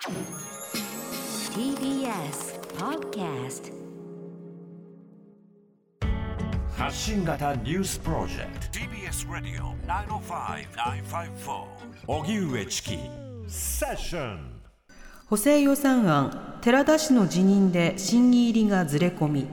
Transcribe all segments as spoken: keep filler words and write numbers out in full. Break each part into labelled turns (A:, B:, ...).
A: ティービーエス Podcast
B: 発信型ニュースプロジェクト ティービーエス ラディオ きゅうまるご きゅうごよん 荻上チキセッション。
C: 補正予算案、寺田氏の辞任で審議入りがずれ込み。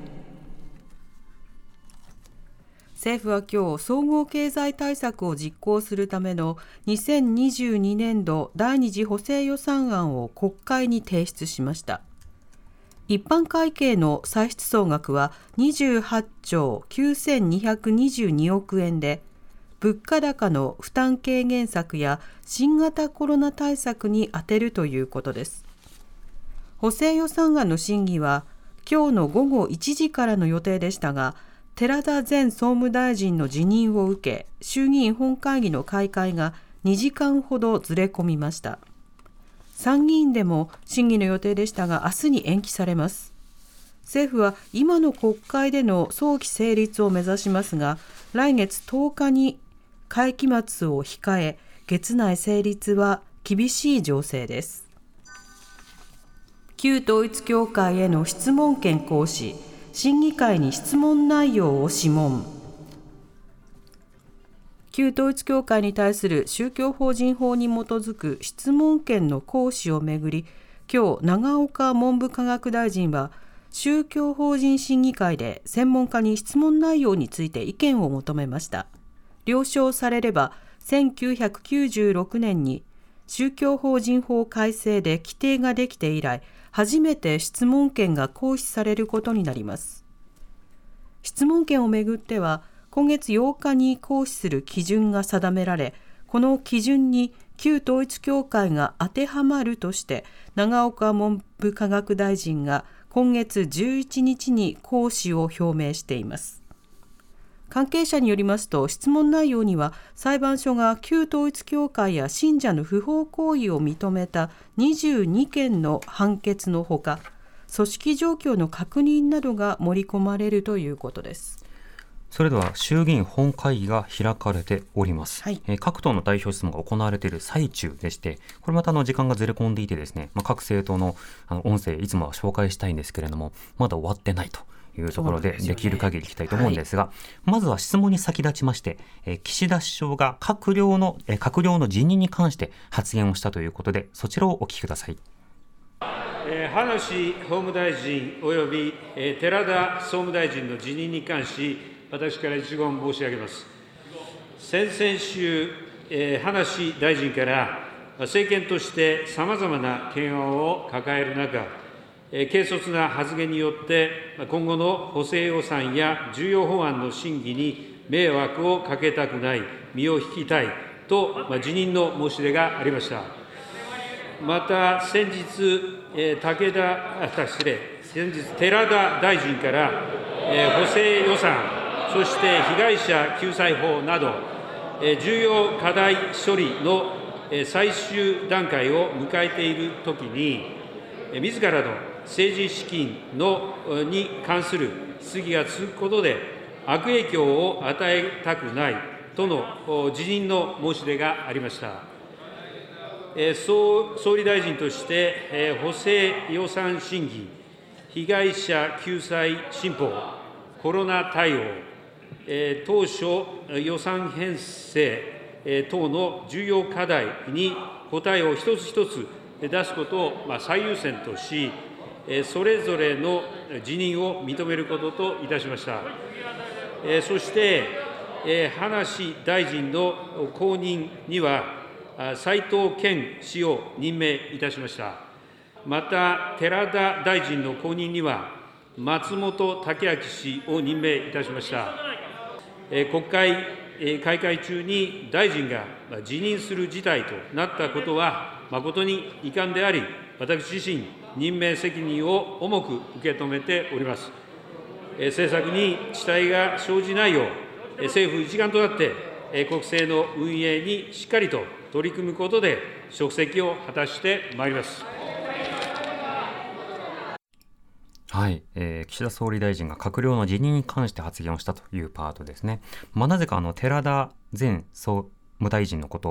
C: 政府は今日、総合経済対策を実行するためのにせんにじゅうにねんどだいに次補正予算案を国会に提出しました。一般会計の歳出総額はにじゅうはっちょうきゅうせんにひゃくにじゅうにおくえんで、物価高の負担軽減策や新型コロナ対策に充てるということです。補正予算案の審議は今日のごごいちじからの予定でしたが、寺田前総務大臣の辞任を受け、衆議院本会議の開会がにじかんほどずれ込みました。参議院でも審議の予定でしたが、明日に延期されます。政府は今の国会での早期成立を目指しますが、来月とおかに会期末を控え、月内成立は厳しい情勢です。旧統一教会への質問権行使、審議会に質問内容を諮問。旧統一教会に対する宗教法人法に基づく質問権の行使をめぐり、今日永岡文部科学大臣は宗教法人審議会で専門家に質問内容について意見を求めました。了承されれば、せんきゅうひゃくきゅうじゅうろくねんに宗教法人法改正で規定ができて以来、初めて質問権が行使されることになります。質問権をめぐっては、今月ようかに行使する基準が定められ、この基準に旧統一教会が当てはまるとして、永岡文部科学大臣が今月じゅういちにちに行使を表明しています。関係者によりますと、質問内容には裁判所が旧統一教会や信者の不法行為を認めたにじゅうにけんの判決のほか、組織状況の確認などが盛り込まれるということです。
D: それでは衆議院本会議が開かれております、
C: はい
D: えー、各党の代表質問が行われている最中でして、これまたあの時間がずれ込んでいてですね、まあ、各政党のあの音声いつもは紹介したいんですけれども、まだ終わってないというところ で, で, ね、できる限りいきたいと思うんですが、はい、まずは質問に先立ちまして、えー、岸田首相が閣僚の、えー、閣僚の辞任に関して発言をしたということで、そちらをお聞きください。
E: えー、葉梨法務大臣および、えー、寺田総務大臣の辞任に関し、私から一言申し上げます。先々週、えー、葉梨大臣から政権としてさまざまな懸案を抱える中、軽率な発言によって今後の補正予算や重要法案の審議に迷惑をかけたくない、身を引きたいと辞任の申し出がありました。また先日、武田、失礼、先日、寺田大臣から補正予算、そして被害者救済法など、重要課題処理の最終段階を迎えているときに、自らの政治資金のに関する質疑が続くことで、悪影響を与えたくないとの辞任の申し出がありました。総総理大臣として、補正予算審議、被害者救済新法、コロナ対応、当初予算編成等の重要課題に答えを一つ一つ出すことを最優先とし、それぞれの辞任を認めることといたしました。そして、葉梨大臣の後任には、斉藤健氏を任命いたしました。また、寺田大臣の後任には、松本剛明氏を任命いたしました。国会開会中に大臣が辞任する事態となったことは、誠に遺憾であり、私自身、任命責任を重く受け止めております。政策に遅滞が生じないよう、政府一丸となって、国政の運営にしっかりと取り組むことで、職責を果たしてまいります。
D: はい、えー、岸田総理大臣が閣僚の辞任に関して発言をしたというパートですね。まあ、なぜかあの寺田前総務大臣のことを、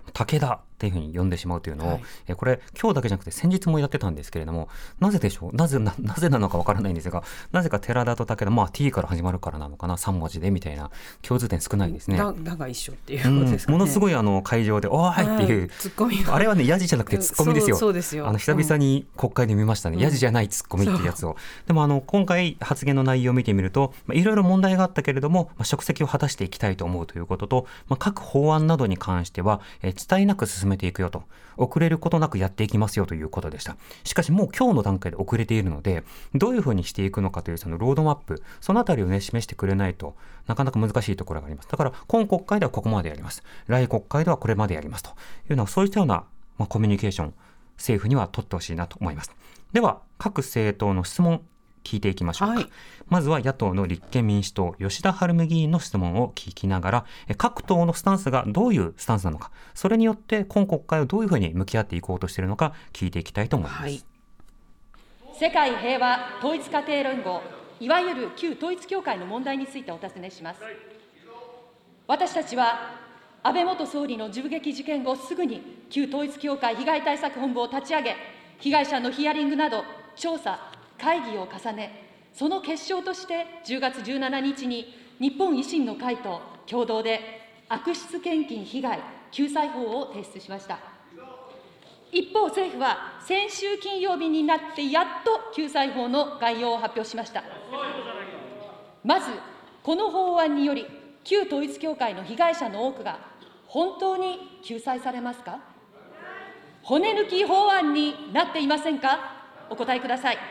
D: 武田っていうふうに呼んでしまうというのを、
C: はい、
D: えこれ今日だけじゃなくて先日もやってたんですけれども、なぜでしょう、なぜ な, なぜなのかわからないんですが、なぜか寺田と武田、まあ T から始まるからなのかな、さん文字でみたいな共通点少ないですね。
C: だだが一緒っていうことですかね。
D: うん、ものすごいあの会場でおーいっていう
C: ツッコミがあ
D: れはねヤジじゃなくてツッコミですよ。
C: そう、そうですよ。
D: あの久々に国会で見ましたね、うん、ヤジじゃないツッコミっていうやつを。でもあの今回発言の内容を見てみると、いろいろ問題があったけれども、まあ、職責を果たしていきたいと思うということと、まあ、各法案などに関しては、えー、伝えなく進めていくよと、遅れることなくやっていきますよということでした。しかしもう今日の段階で遅れているので、どういうふうにしていくのかというそのロードマップ、そのあたりをね示してくれないとなかなか難しいところがあります。だから今国会ではここまでやります、来国会ではこれまでやりますというのは、そういったような、まあ、コミュニケーション政府には取ってほしいなと思います。では各政党の質問聞いていきましょうか。はい、まずは野党の立憲民主党吉田晴美議員の質問を聞きながら、各党のスタンスがどういうスタンスなのか、それによって今国会をどういうふうに向き合っていこうとしているのか聞いていきたいと思います。はい、
F: 世界平和統一家庭連合、いわゆる旧統一教会の問題についてお尋ねします。私たちは安倍元総理の銃撃事件後すぐに旧統一教会被害対策本部を立ち上げ、被害者のヒアリングなど調査会議を重ね、その結晶としてじゅうがつじゅうしちにちに日本維新の会と共同で悪質献金被害救済法を提出しました。一方、政府は先週金曜日になってやっと救済法の概要を発表しました。まずこの法案により旧統一教会の被害者の多くが本当に救済されますか。骨抜き法案になっていませんか。お答えください。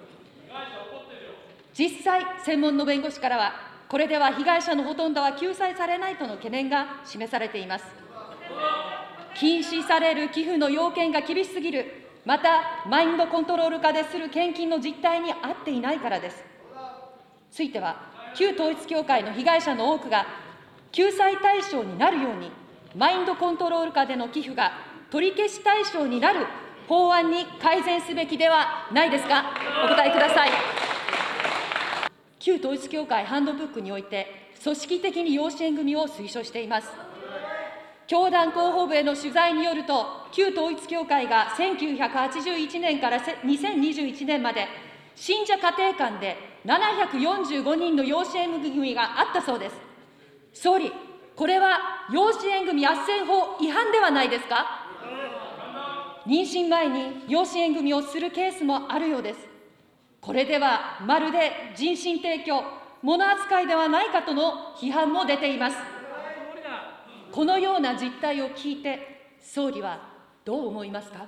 F: 実際、専門の弁護士からは、これでは被害者のほとんどは救済されないとの懸念が示されています。禁止される寄付の要件が厳しすぎる、またマインドコントロール下でする献金の実態に合っていないからです。ついては、旧統一教会の被害者の多くが救済対象になるように、マインドコントロール下での寄付が取り消し対象になる法案に改善すべきではないですか。お答えください。旧統一教会ハンドブックにおいて、組織的に養子縁組を推奨しています。教団広報部への取材によると、旧統一教会がせんきゅうひゃくはちじゅういちねんからにせんにじゅういちねんまで、信者家庭間でななひゃくよんじゅうごにんの養子縁組があったそうです。総理、これは養子縁組斡旋法違反ではないですか。妊娠前に養子縁組をするケースもあるようです。これではまるで人身提供、物扱いではないかとの批判も出ています。このような実態を聞いて、総理はどう思いますか。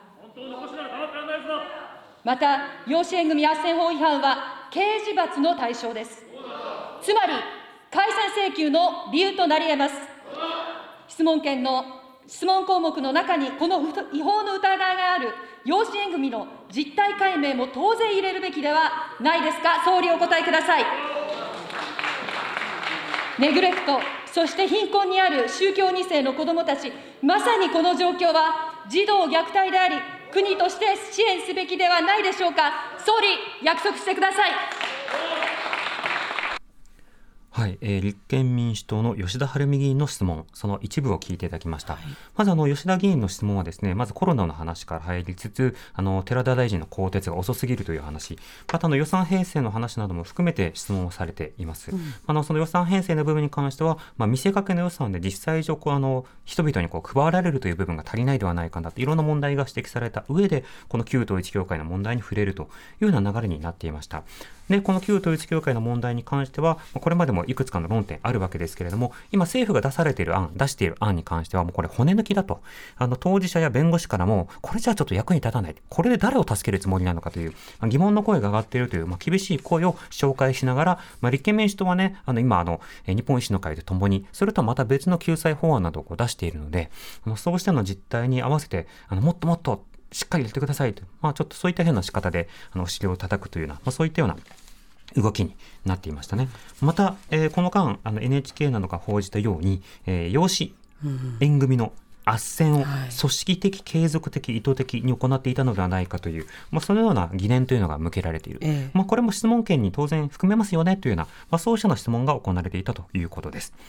F: また、養子縁組斡旋法違反は刑事罰の対象です。つまり、解散請求の理由となり得ます。質問権の質問項目の中に、この違法の疑いがある養子縁組の実態解明も当然入れるべきではないですか。総理、お答えください。ネグレクト、そして貧困にある宗教に世の子どもたち、まさにこの状況は児童虐待であり、国として支援すべきではないでしょうか。総理、約束してください。
D: はい、えー、立憲民主党の吉田晴美議員の質問、その一部を聞いていただきました。はい、まずあの吉田議員の質問はですね、まずコロナの話から入りつつ、あの寺田大臣の更迭が遅すぎるという話、またあの予算編成の話なども含めて質問をされています。うん、あのその予算編成の部分に関しては、まあ、見せかけの予算で実際上こうあの人々にこう配られるという部分が足りないではないかなといろんな問題が指摘された上で、この旧統一教会の問題に触れるというような流れになっていました。で、この旧統一教会の問題に関しては、これまでもいくつかの論点あるわけですけれども、今政府が出されている案、出している案に関してはもうこれ骨抜きだと、あの当事者や弁護士からもこれじゃあちょっと役に立たない、これで誰を助けるつもりなのかという疑問の声が上がっているという、まあ、厳しい声を紹介しながら、まあ、立憲民主党はね、あの今あの日本維新の会とともにそれとはまた別の救済法案などをこう出しているので、あのそうしたの実態に合わせてあのもっともっとしっかりやってくださいと、まあ、ちょっとそういったような仕方であのお尻を叩くというような、まあ、そういったような動きになっていましたね。また、えー、この間あの エヌエイチケー などが報じたように、えー、養子縁組の斡旋を組織的、継続的、意図的に行っていたのではないかという、まあ、そのような疑念というのが向けられている、ええまあ、これも質問権に当然含めますよねというような、まあ、そうしたの質問が行われていたということです。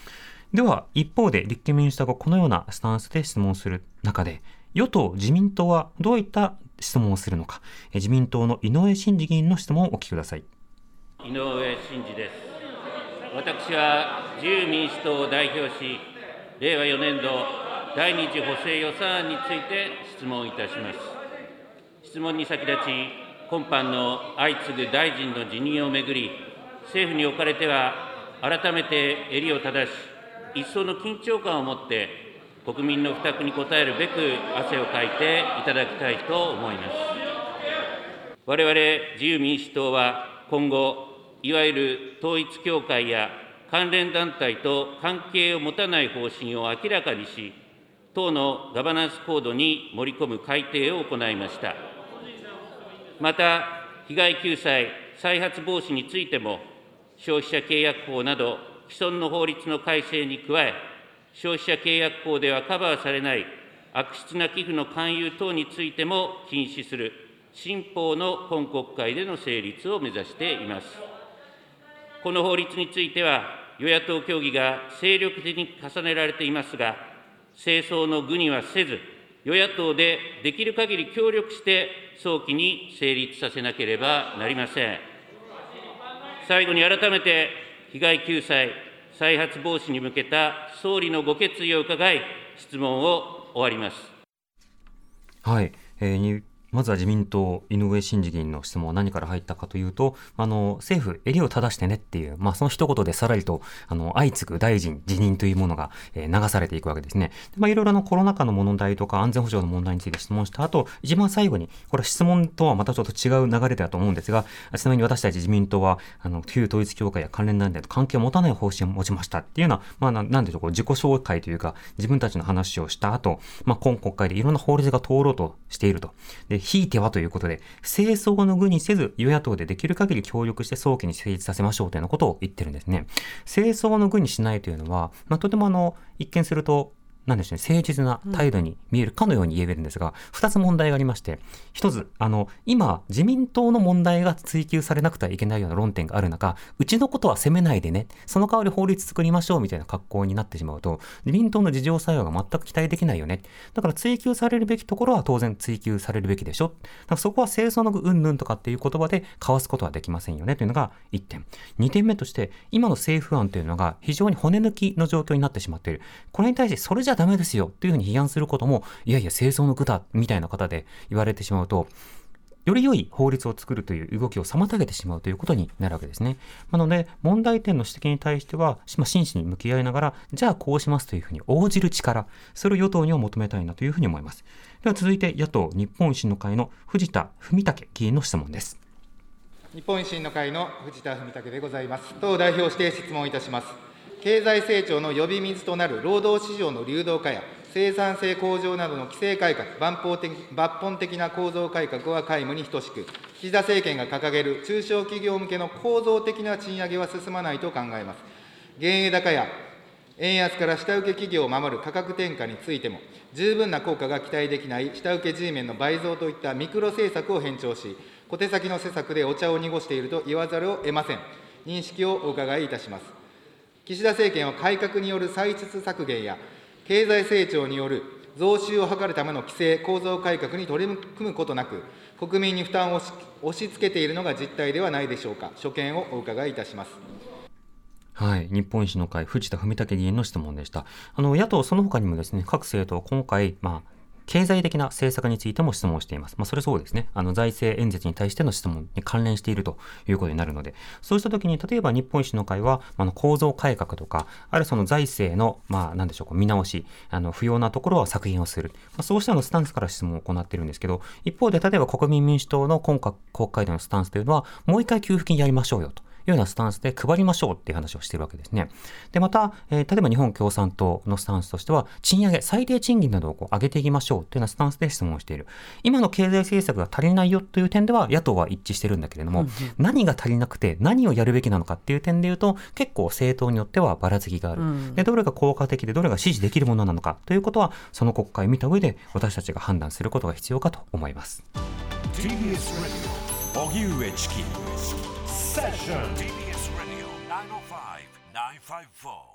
D: では一方で立憲民主党がこのようなスタンスで質問する中で、与党自民党はどういった質問をするのか、自民党の井上真司議員の質問をお聞きください。
G: 井上真司です。私は自由民主党を代表し、令和よねん度第二次補正予算案について質問いたします。質問に先立ち、今般の相次ぐ大臣の辞任をめぐり、政府におかれては改めて襟を正し、一層の緊張感を持って国民の負託に応えるべく汗をかいていただきたいと思います。我々自由民主党は今後、いわゆる統一教会や関連団体と関係を持たない方針を明らかにし、党のガバナンスコードに盛り込む改定を行いました。また、被害救済・再発防止についても、消費者契約法など既存の法律の改正に加え、消費者契約法ではカバーされない悪質な寄付の勧誘等についても禁止する新法の今国会での成立を目指しています。この法律については、与野党協議が精力的に重ねられていますが、政争の具にはせず、与野党でできる限り協力して早期に成立させなければなりません。最後に改めて、被害救済・再発防止に向けた総理のご決意を伺い、質問を終わります。
D: はい、えー、にまずは自民党井上真司議員の質問は何から入ったかというと、あの政府襟を正してねっていう、まあ、その一言でさらりとあの相次ぐ大臣辞任というものが、えー、流されていくわけですね。で、まあ、いろいろなコロナ禍の問題とか安全保障の問題について質問した後、一番最後にこれは質問とはまたちょっと違う流れだと思うんですが、ちなみに私たち自民党はあの旧統一教会や関連団体と関係を持たない方針を持ちましたっていうような、まあ、な, なんでしょうこう自己紹介というか自分たちの話をした後、まあ、今国会でいろんな法律が通ろうとしていると。で、ひいてはということで、政争の具にせず与野党でできる限り協力して早期に成立させましょうというようなことを言ってるんですね。政争の具にしないというのは、まあ、とてもあの一見するとなんでしょうね、誠実な態度に見えるかのように言えるんですが、二、うん、つ問題がありまして、一つ、あの、今、自民党の問題が追及されなくてはいけないような論点がある中、うちのことは責めないでね、その代わり法律作りましょうみたいな格好になってしまうと、自民党の自浄作用が全く期待できないよね。だから追及されるべきところは当然追及されるべきでしょ。だからそこは政争のうんぬんとかっていう言葉で交わすことはできませんよねというのが一点。二点目として、今の政府案というのが非常に骨抜きの状況になってしまっている。これに対してそれじゃダメですよというふうに批判することも、いやいや政争の具だみたいな方で言われてしまうと、より良い法律を作るという動きを妨げてしまうということになるわけですね。なので問題点の指摘に対しては真摯に向き合いながら、じゃあこうしますというふうに応じる力、それを与党には求めたいなというふうに思います。では続いて野党日本維新の会の藤田文武議員の質問です。
H: 日本維新の会の藤田文武でございます。党を代表して質問いたします。経済成長の呼び水となる労働市場の流動化や生産性向上などの規制改革、抜本的、抜本的な構造改革は皆無に等しく、岸田政権が掲げる中小企業向けの構造的な賃上げは進まないと考えます。原油高や円安から下請け企業を守る価格転嫁についても、十分な効果が期待できない下請け G メンの倍増といったミクロ政策を偏重し、小手先の施策でお茶を濁していると言わざるを得ません。認識をお伺いいたします。岸田政権は改革による歳出削減や経済成長による増収を図るための規制構造改革に取り組むことなく、国民に負担を押し付けているのが実態ではないでしょうか。所見をお伺いいたします。
D: はい、日本維新の会藤田文武議員の質問でした。あの野党その他にもですね、各政党今回、まあ経済的な政策についても質問しています。まあ、それそうですね。あの財政演説に対しての質問に関連しているということになるので、そうしたときに、例えば日本維新の会は、あの構造改革とか、あるいはその財政の、まあ、なんでしょうか、見直し、あの不要なところは削減をする。まあ、そうしたのスタンスから質問を行っているんですけど、一方で、例えば国民民主党の今国会でのスタンスというのは、もう一回給付金やりましょうよと。いうようなスタンスで配りましょうっていう話をしているわけですね。で、また、えー、例えば日本共産党のスタンスとしては、賃上げ、最低賃金などをこう上げていきましょうというようなスタンスで質問をしている。今の経済政策が足りないよという点では、野党は一致してるんだけれども、うんうん、何が足りなくて何をやるべきなのかっていう点で言うと、結構政党によってはばらつきがある。うん、で、どれが効果的でどれが支持できるものなのかということは、その国会を見た上で私たちが判断することが必要かと思います。ティービーエス Radio 荻上チキセッション ティービーエス Radio ナインオーファイブ ナインファイブフォー